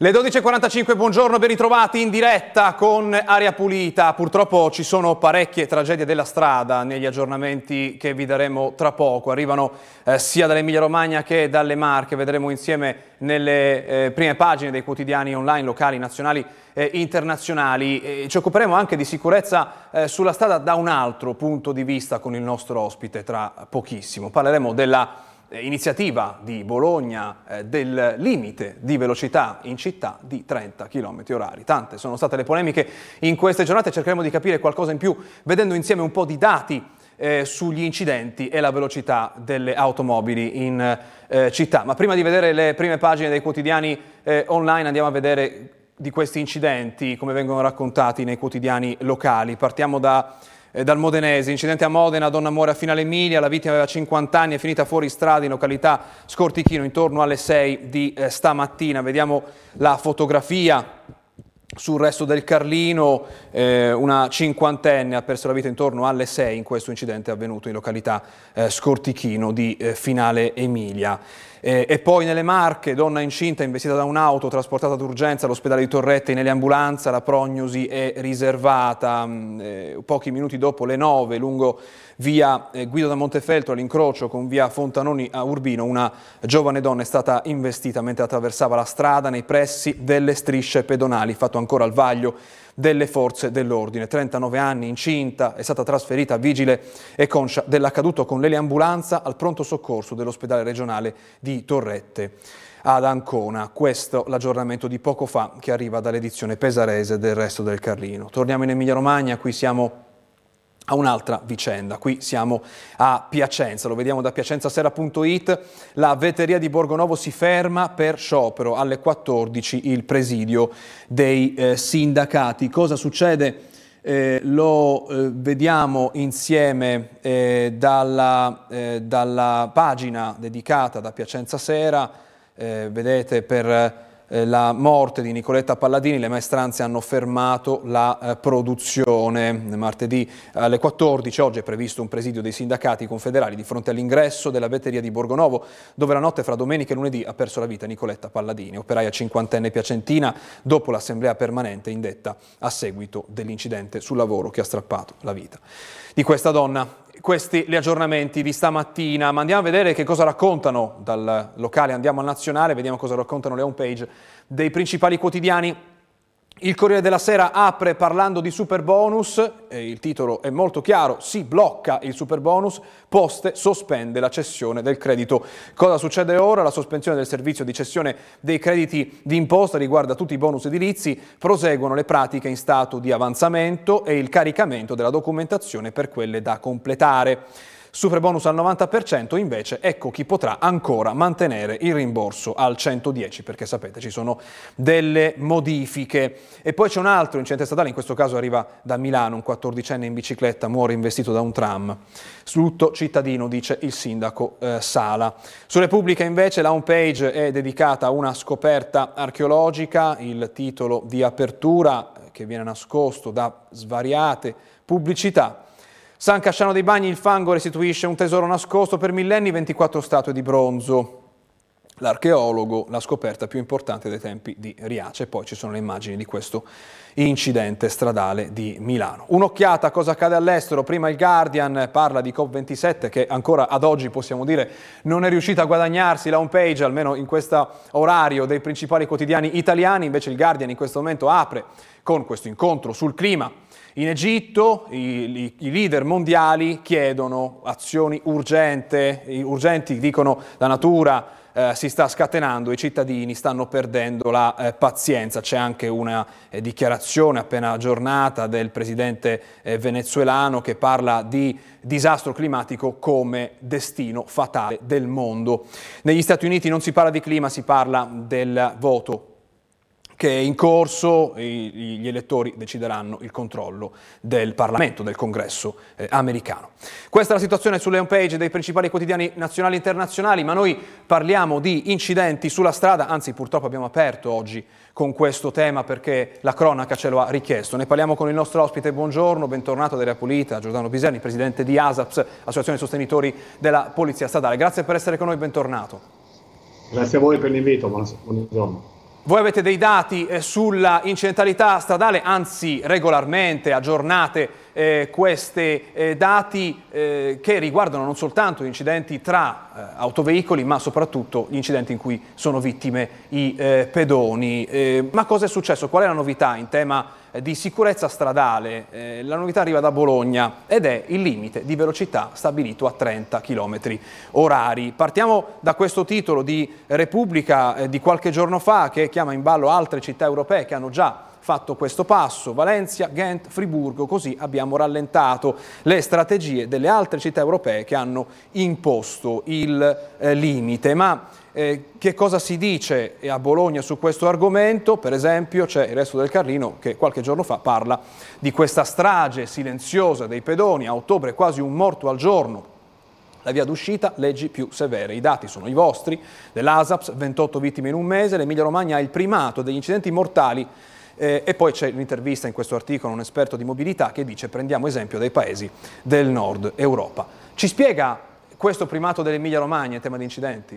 Le 12.45, buongiorno, ben ritrovati in diretta con Aria Pulita. Purtroppo ci sono parecchie tragedie della strada negli aggiornamenti che vi daremo tra poco. Arrivano sia dall'Emilia Romagna che dalle Marche. Vedremo insieme nelle prime pagine dei quotidiani online, locali, nazionali e internazionali. Ci occuperemo anche di sicurezza sulla strada da un altro punto di vista con il nostro ospite tra pochissimo. Parleremo della iniziativa di Bologna del limite di velocità in città di 30 km/h. Tante sono state le polemiche in queste giornate, cercheremo di capire qualcosa in più vedendo insieme un po' di dati sugli incidenti e la velocità delle automobili in città. Ma prima di vedere le prime pagine dei quotidiani online andiamo a vedere di questi incidenti come vengono raccontati nei quotidiani locali. Partiamo dal Modenese, incidente a Modena, donna muore a Finale Emilia, la vittima aveva 50 anni, è finita fuori strada in località Scortichino intorno alle 6 di stamattina. Vediamo la fotografia sul resto del Carlino, una cinquantenne ha perso la vita intorno alle 6 in questo incidente avvenuto in località Scortichino di Finale Emilia. E poi nelle Marche, donna incinta investita da un'auto, trasportata d'urgenza all'ospedale di Torrette in eliambulanza, la prognosi è riservata. Pochi minuti dopo le 9, lungo via Guido da Montefeltro all'incrocio con via Fontanoni a Urbino, una giovane donna è stata investita mentre attraversava la strada nei pressi delle strisce pedonali, fatto ancora al vaglio delle forze dell'ordine. 39 anni, incinta, è stata trasferita vigile e conscia dell'accaduto con l'eliambulanza al pronto soccorso dell'ospedale regionale di Torrette ad Ancona. Questo l'aggiornamento di poco fa che arriva dall'edizione pesarese del Resto del Carlino. Torniamo in Emilia Romagna, qui siamo a un'altra vicenda, qui siamo a Piacenza, lo vediamo da piacenzasera.it, la vetteria di Borgonovo si ferma per sciopero, alle 14 il presidio dei sindacati. Cosa succede? Lo vediamo insieme dalla pagina dedicata da Piacenza Sera. Vedete, per la morte di Nicoletta Palladini le maestranze hanno fermato la produzione. Martedì alle 14, oggi è previsto un presidio dei sindacati confederali di fronte all'ingresso della vetteria di Borgonovo, dove la notte fra domenica e lunedì ha perso la vita Nicoletta Palladini, operaia cinquantenne piacentina, dopo l'assemblea permanente indetta a seguito dell'incidente sul lavoro che ha strappato la vita di questa donna. Questi gli aggiornamenti di stamattina, ma andiamo a vedere che cosa raccontano dal locale, andiamo al nazionale, vediamo cosa raccontano le homepage dei principali quotidiani. Il Corriere della Sera apre parlando di superbonus, il titolo è molto chiaro, si blocca il superbonus, Poste sospende la cessione del credito. Cosa succede ora? La sospensione del servizio di cessione dei crediti d'imposta riguarda tutti i bonus edilizi, proseguono le pratiche in stato di avanzamento e il caricamento della documentazione per quelle da completare. Superbonus al 90%, invece ecco chi potrà ancora mantenere il rimborso al 110%, perché sapete ci sono delle modifiche. E poi c'è un altro incidente stradale, in questo caso arriva da Milano, un 14enne in bicicletta muore investito da un tram. Lutto cittadino, dice il sindaco Sala. Su Repubblica invece la homepage è dedicata a una scoperta archeologica, il titolo di apertura che viene nascosto da svariate pubblicità. San Casciano dei Bagni, il fango restituisce un tesoro nascosto per millenni, 24 statue di bronzo. L'archeologo, la scoperta più importante dei tempi di Riace. E poi ci sono le immagini di questo incidente stradale di Milano. Un'occhiata a cosa accade all'estero. Prima il Guardian parla di COP27 che ancora ad oggi possiamo dire non è riuscita a guadagnarsi la homepage, almeno in questo orario, dei principali quotidiani italiani. Invece il Guardian in questo momento apre con questo incontro sul clima. In Egitto i leader mondiali chiedono azioni urgenti, dicono la natura si sta scatenando, i cittadini stanno perdendo la pazienza. C'è anche una dichiarazione appena aggiornata del presidente venezuelano che parla di disastro climatico come destino fatale del mondo. Negli Stati Uniti non si parla di clima, si parla del voto che è in corso, gli elettori decideranno il controllo del Parlamento, del Congresso americano. Questa è la situazione sulle homepage dei principali quotidiani nazionali e internazionali, ma noi parliamo di incidenti sulla strada, anzi purtroppo abbiamo aperto oggi con questo tema perché la cronaca ce lo ha richiesto. Ne parliamo con il nostro ospite, buongiorno, bentornato ad Aria Pulita, Giordano Piserni, presidente di ASAPS, Associazione Sostenitori della Polizia Stradale. Grazie per essere con noi, bentornato. Grazie a voi per l'invito, buongiorno. Voi avete dei dati sulla incidentalità stradale, anzi regolarmente aggiornate questi dati che riguardano non soltanto gli incidenti tra autoveicoli, ma soprattutto gli incidenti in cui sono vittime i pedoni. Ma cosa è successo? Qual è la novità in tema di sicurezza stradale? La novità arriva da Bologna ed è il limite di velocità stabilito a 30 km/h. Partiamo da questo titolo di Repubblica di qualche giorno fa, che chiama in ballo altre città europee che hanno già fatto questo passo: Valencia, Ghent, Friburgo. Così abbiamo rallentato le strategie delle altre città europee che hanno imposto il limite. Ma che cosa si dice a Bologna su questo argomento? Per esempio c'è il Resto del Carlino che qualche giorno fa parla di questa strage silenziosa dei pedoni. A ottobre quasi un morto al giorno. La via d'uscita, leggi più severe. I dati sono i vostri, dell'ASAPS, 28 vittime in un mese. L'Emilia Romagna ha il primato degli incidenti mortali. E poi c'è un'intervista in questo articolo a un esperto di mobilità che dice: prendiamo esempio dai paesi del nord Europa. Ci spiega questo primato dell'Emilia Romagna in tema di incidenti?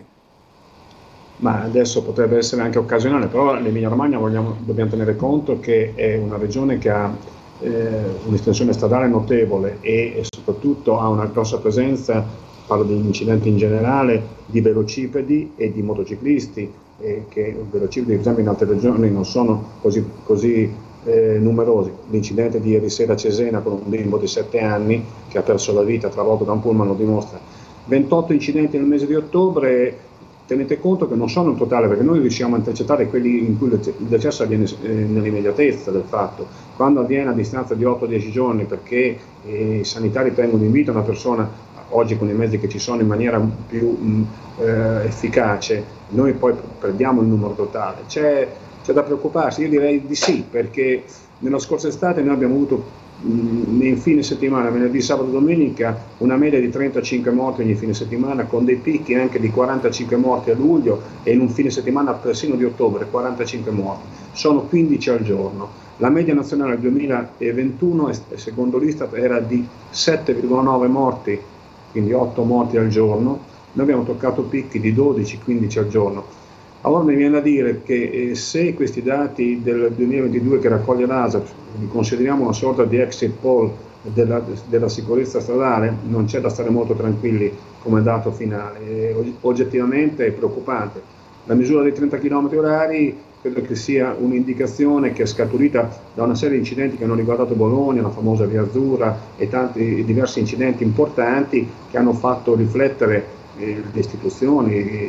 Ma adesso potrebbe essere anche occasionale, però l'Emilia Romagna dobbiamo tenere conto che è una regione che ha un'estensione stradale notevole e soprattutto ha una grossa presenza, parlo di incidenti in generale, di velocipedi e di motociclisti, che velocipedi per esempio in altre regioni non sono così numerosi. L'incidente di ieri sera a Cesena con un bimbo di 7 anni che ha perso la vita travolto da un pullman lo dimostra. 28 incidenti nel mese di ottobre. Tenete conto che non sono in totale, perché noi riusciamo a intercettare quelli in cui il decesso avviene nell'immediatezza del fatto. Quando avviene a distanza di 8-10 giorni, perché i sanitari prendono in vita una persona, oggi con i mezzi che ci sono, in maniera più efficace, noi poi perdiamo il numero totale. C'è da preoccuparsi? Io direi di sì, perché nella scorsa estate noi abbiamo avuto in fine settimana, venerdì, sabato, domenica, una media di 35 morti ogni fine settimana, con dei picchi anche di 45 morti a luglio e in un fine settimana persino di ottobre 45 morti, sono 15 al giorno. La media nazionale del 2021 secondo l'Istat era di 7,9 morti, quindi 8 morti al giorno. Noi abbiamo toccato picchi di 12-15 al giorno. Allora mi viene da dire che se questi dati del 2022 che raccoglie l'ASAP li consideriamo una sorta di exit poll della sicurezza stradale, non c'è da stare molto tranquilli come dato finale. Oggettivamente è preoccupante. La misura dei 30 km/h credo che sia un'indicazione che è scaturita da una serie di incidenti che hanno riguardato Bologna, la famosa Via Azzurra e tanti diversi incidenti importanti che hanno fatto riflettere le istituzioni,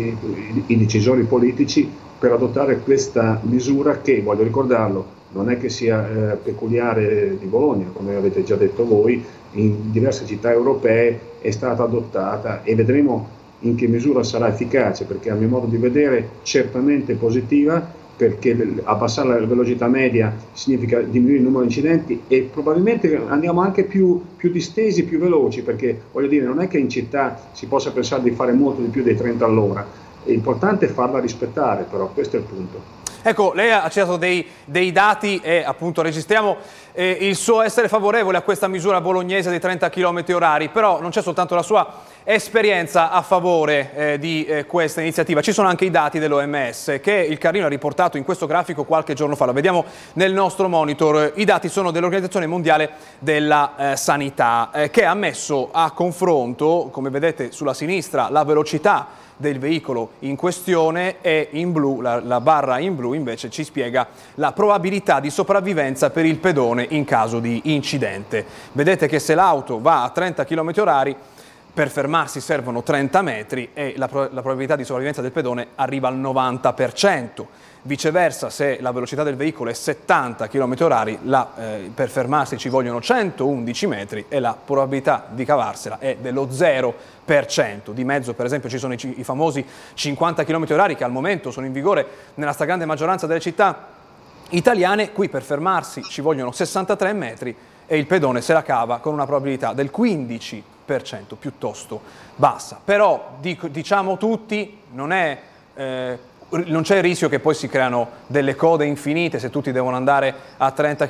i decisori politici per adottare questa misura che, voglio ricordarlo, non è che sia peculiare di Bologna, come avete già detto voi, in diverse città europee è stata adottata e vedremo in che misura sarà efficace, perché a mio modo di vedere certamente positiva, perché abbassare la velocità media significa diminuire il numero di incidenti e probabilmente andiamo anche più distesi, più veloci, perché voglio dire, non è che in città si possa pensare di fare molto di più dei 30 all'ora, è importante farla rispettare, però questo è il punto. Ecco, lei ha citato dei dati e appunto registriamo il suo essere favorevole a questa misura bolognese dei 30 km/h, però non c'è soltanto la sua esperienza a favore di questa iniziativa, ci sono anche i dati dell'OMS che il Carlino ha riportato in questo grafico qualche giorno fa, lo vediamo nel nostro monitor. I dati sono dell'Organizzazione Mondiale della Sanità che ha messo a confronto, come vedete sulla sinistra, la velocità del veicolo in questione e in blu, la barra in blu invece ci spiega la probabilità di sopravvivenza per il pedone in caso di incidente. Vedete che se l'auto va a 30 km/h per fermarsi servono 30 metri e la probabilità di sopravvivenza del pedone arriva al 90%. Viceversa, se la velocità del veicolo è 70 km/h, per fermarsi ci vogliono 111 metri e la probabilità di cavarsela è dello 0%. Di mezzo, per esempio, ci sono i famosi 50 km/h che al momento sono in vigore nella stragrande maggioranza delle città italiane. Qui per fermarsi ci vogliono 63 metri e il pedone se la cava con una probabilità del 15%, piuttosto bassa. Però, diciamo tutti, non c'è il rischio che poi si creano delle code infinite se tutti devono andare a 30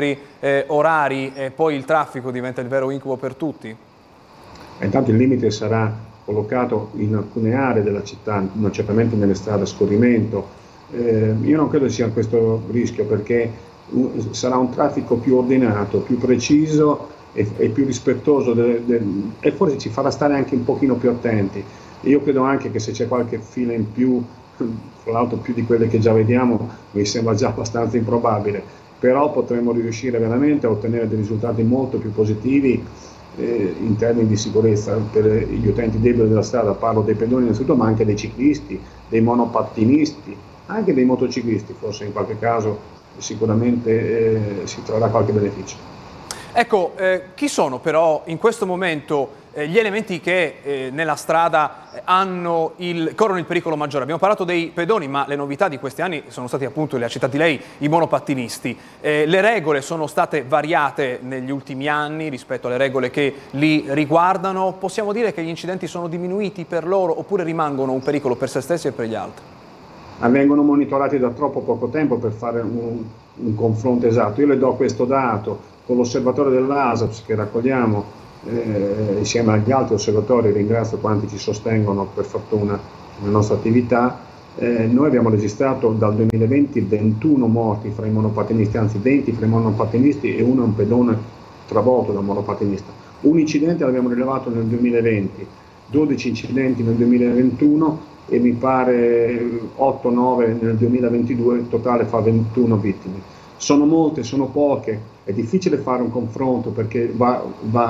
km/h e poi il traffico diventa il vero incubo per tutti? Intanto il limite sarà collocato in alcune aree della città, non certamente nelle strade a scorrimento, Io non credo sia questo rischio, perché sarà un traffico più ordinato, più preciso e più rispettoso e forse ci farà stare anche un pochino più attenti. Io credo anche che se c'è qualche fila in più, tra l'altro più di quelle che già vediamo, mi sembra già abbastanza improbabile, però potremmo riuscire veramente a ottenere dei risultati molto più positivi in termini di sicurezza per gli utenti deboli della strada. Parlo dei pedoni innanzitutto, ma anche dei ciclisti, dei monopattinisti, anche dei motociclisti. Forse in qualche caso sicuramente si trarrà qualche beneficio. Ecco, chi sono però in questo momento gli elementi che nella strada corrono il pericolo maggiore? Abbiamo parlato dei pedoni, ma le novità di questi anni sono stati, appunto, le ha citati lei, i monopattinisti. Le regole sono state variate negli ultimi anni rispetto alle regole che li riguardano. Possiamo dire che gli incidenti sono diminuiti per loro, oppure rimangono un pericolo per se stessi e per gli altri? Vengono monitorati da troppo poco tempo per fare un confronto esatto. Io le do questo dato con l'osservatorio dell'ASAPS che raccogliamo insieme agli altri osservatori. Ringrazio quanti ci sostengono, per fortuna, nella nostra attività. Noi abbiamo registrato dal 2020 21 morti fra i monopattinisti, anzi 20 fra i monopattinisti e uno è un pedone travolto da un monopatinista. Un incidente l'abbiamo rilevato nel 2020, 12 incidenti nel 2021 e mi pare 8-9 nel 2022, in totale fa 21 vittime. Sono molte, sono poche, è difficile fare un confronto perché va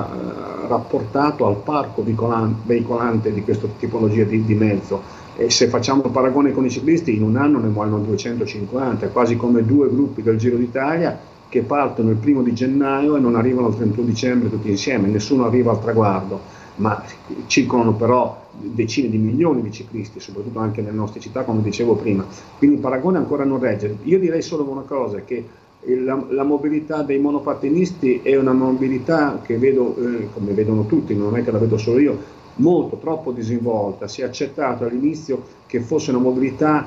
rapportato al parco veicolante di questa tipologia di mezzo, e se facciamo il paragone con i ciclisti, in un anno ne muoiono 250, quasi come due gruppi del Giro d'Italia che partono il 1° di gennaio e non arrivano il 31 dicembre tutti insieme, nessuno arriva al traguardo, ma circolano però decine di milioni di ciclisti, soprattutto anche nelle nostre città, come dicevo prima, quindi il paragone ancora non regge. Io direi solo una cosa, che la mobilità dei monopattinisti è una mobilità che vedo, come vedono tutti, non è che la vedo solo io, molto, troppo disinvolta. Si è accettato all'inizio che fosse una mobilità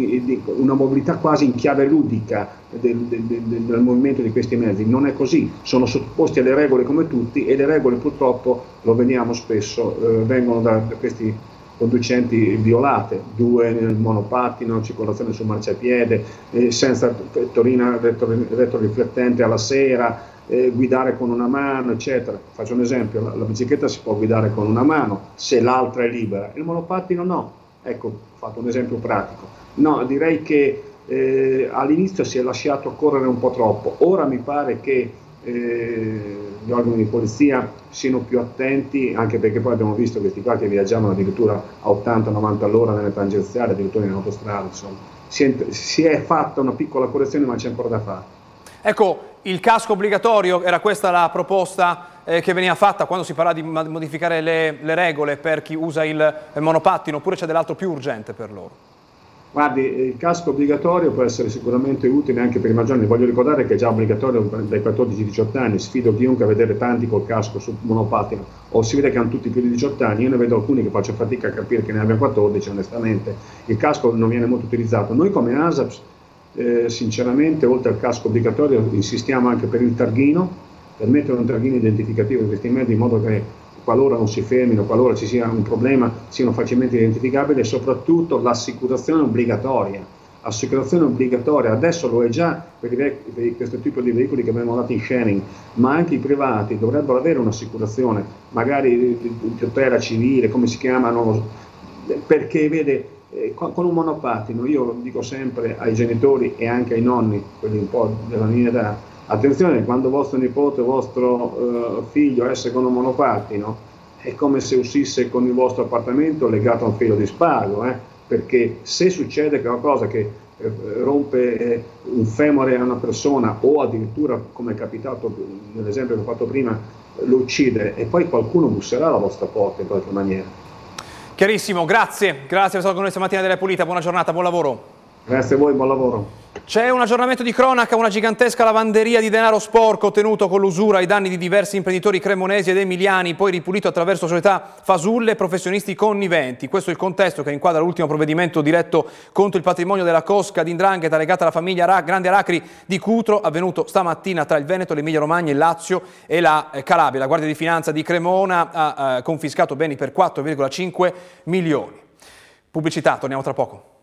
quasi in chiave ludica del movimento di questi mezzi. Non è così, sono sottoposti alle regole come tutti, e le regole purtroppo, lo vediamo spesso, vengono da questi conducenti violate, 2 nel monopattino, circolazione sul marciapiede, senza vettorina retroriflettente alla sera, guidare con una mano, eccetera. Faccio un esempio: la bicicletta si può guidare con una mano se l'altra è libera, il monopattino no. Ecco, ho fatto un esempio pratico. No, direi che all'inizio si è lasciato correre un po' troppo. Ora mi pare che gli organi di polizia siano più attenti, anche perché poi abbiamo visto questi qua che viaggiavano addirittura a 80-90 all'ora nelle tangenziali, addirittura in autostrada. Insomma, si è fatta una piccola correzione, ma c'è ancora da fare. Ecco, il casco obbligatorio, era questa la proposta che veniva fatta quando si parla di modificare le regole per chi usa il monopattino, oppure c'è dell'altro più urgente per loro? Guardi, il casco obbligatorio può essere sicuramente utile anche per i maggiori. Voglio ricordare che è già obbligatorio dai 14-18 anni. Sfido chiunque a vedere tanti col casco sul monopattino, o si vede che hanno tutti più di 18 anni. Io ne vedo alcuni che faccio fatica a capire che ne abbiano 14, onestamente. Il casco non viene molto utilizzato. Noi come ASAPS, sinceramente, oltre al casco obbligatorio, insistiamo anche per il targhino, per mettere un targhino identificativo di questi mezzi, in modo che qualora non si fermino, qualora ci sia un problema, siano facilmente identificabili, e soprattutto l'assicurazione obbligatoria. Assicurazione obbligatoria, adesso lo è già per questo tipo di veicoli che vengono dati in sharing, ma anche i privati dovrebbero avere un'assicurazione, magari di tutela civile, come si chiamano, perché vede, con un monopattino, io dico sempre ai genitori e anche ai nonni, quelli un po' della mia età, attenzione, quando vostro nipote o vostro figlio esce con un monopattino, è come se uscisse con il vostro appartamento legato a un filo di spago, perché se succede qualcosa che rompe un femore a una persona, o addirittura, come è capitato nell'esempio che ho fatto prima, lo uccide, e poi qualcuno busserà alla vostra porta in qualche maniera. Chiarissimo, grazie per essere stato con noi stamattina della Pulita, buona giornata, buon lavoro. Grazie a voi, buon lavoro. C'è un aggiornamento di cronaca: una gigantesca lavanderia di denaro sporco ottenuto con l'usura ai danni di diversi imprenditori cremonesi ed emiliani, poi ripulito attraverso società fasulle e professionisti conniventi. Questo è il contesto che inquadra l'ultimo provvedimento diretto contro il patrimonio della cosca di 'ndrangheta legata alla famiglia Grande Aracri di Cutro, avvenuto stamattina tra il Veneto, l'Emilia Romagna, il Lazio e la Calabria. La Guardia di Finanza di Cremona ha confiscato beni per 4,5 milioni. Pubblicità, torniamo tra poco.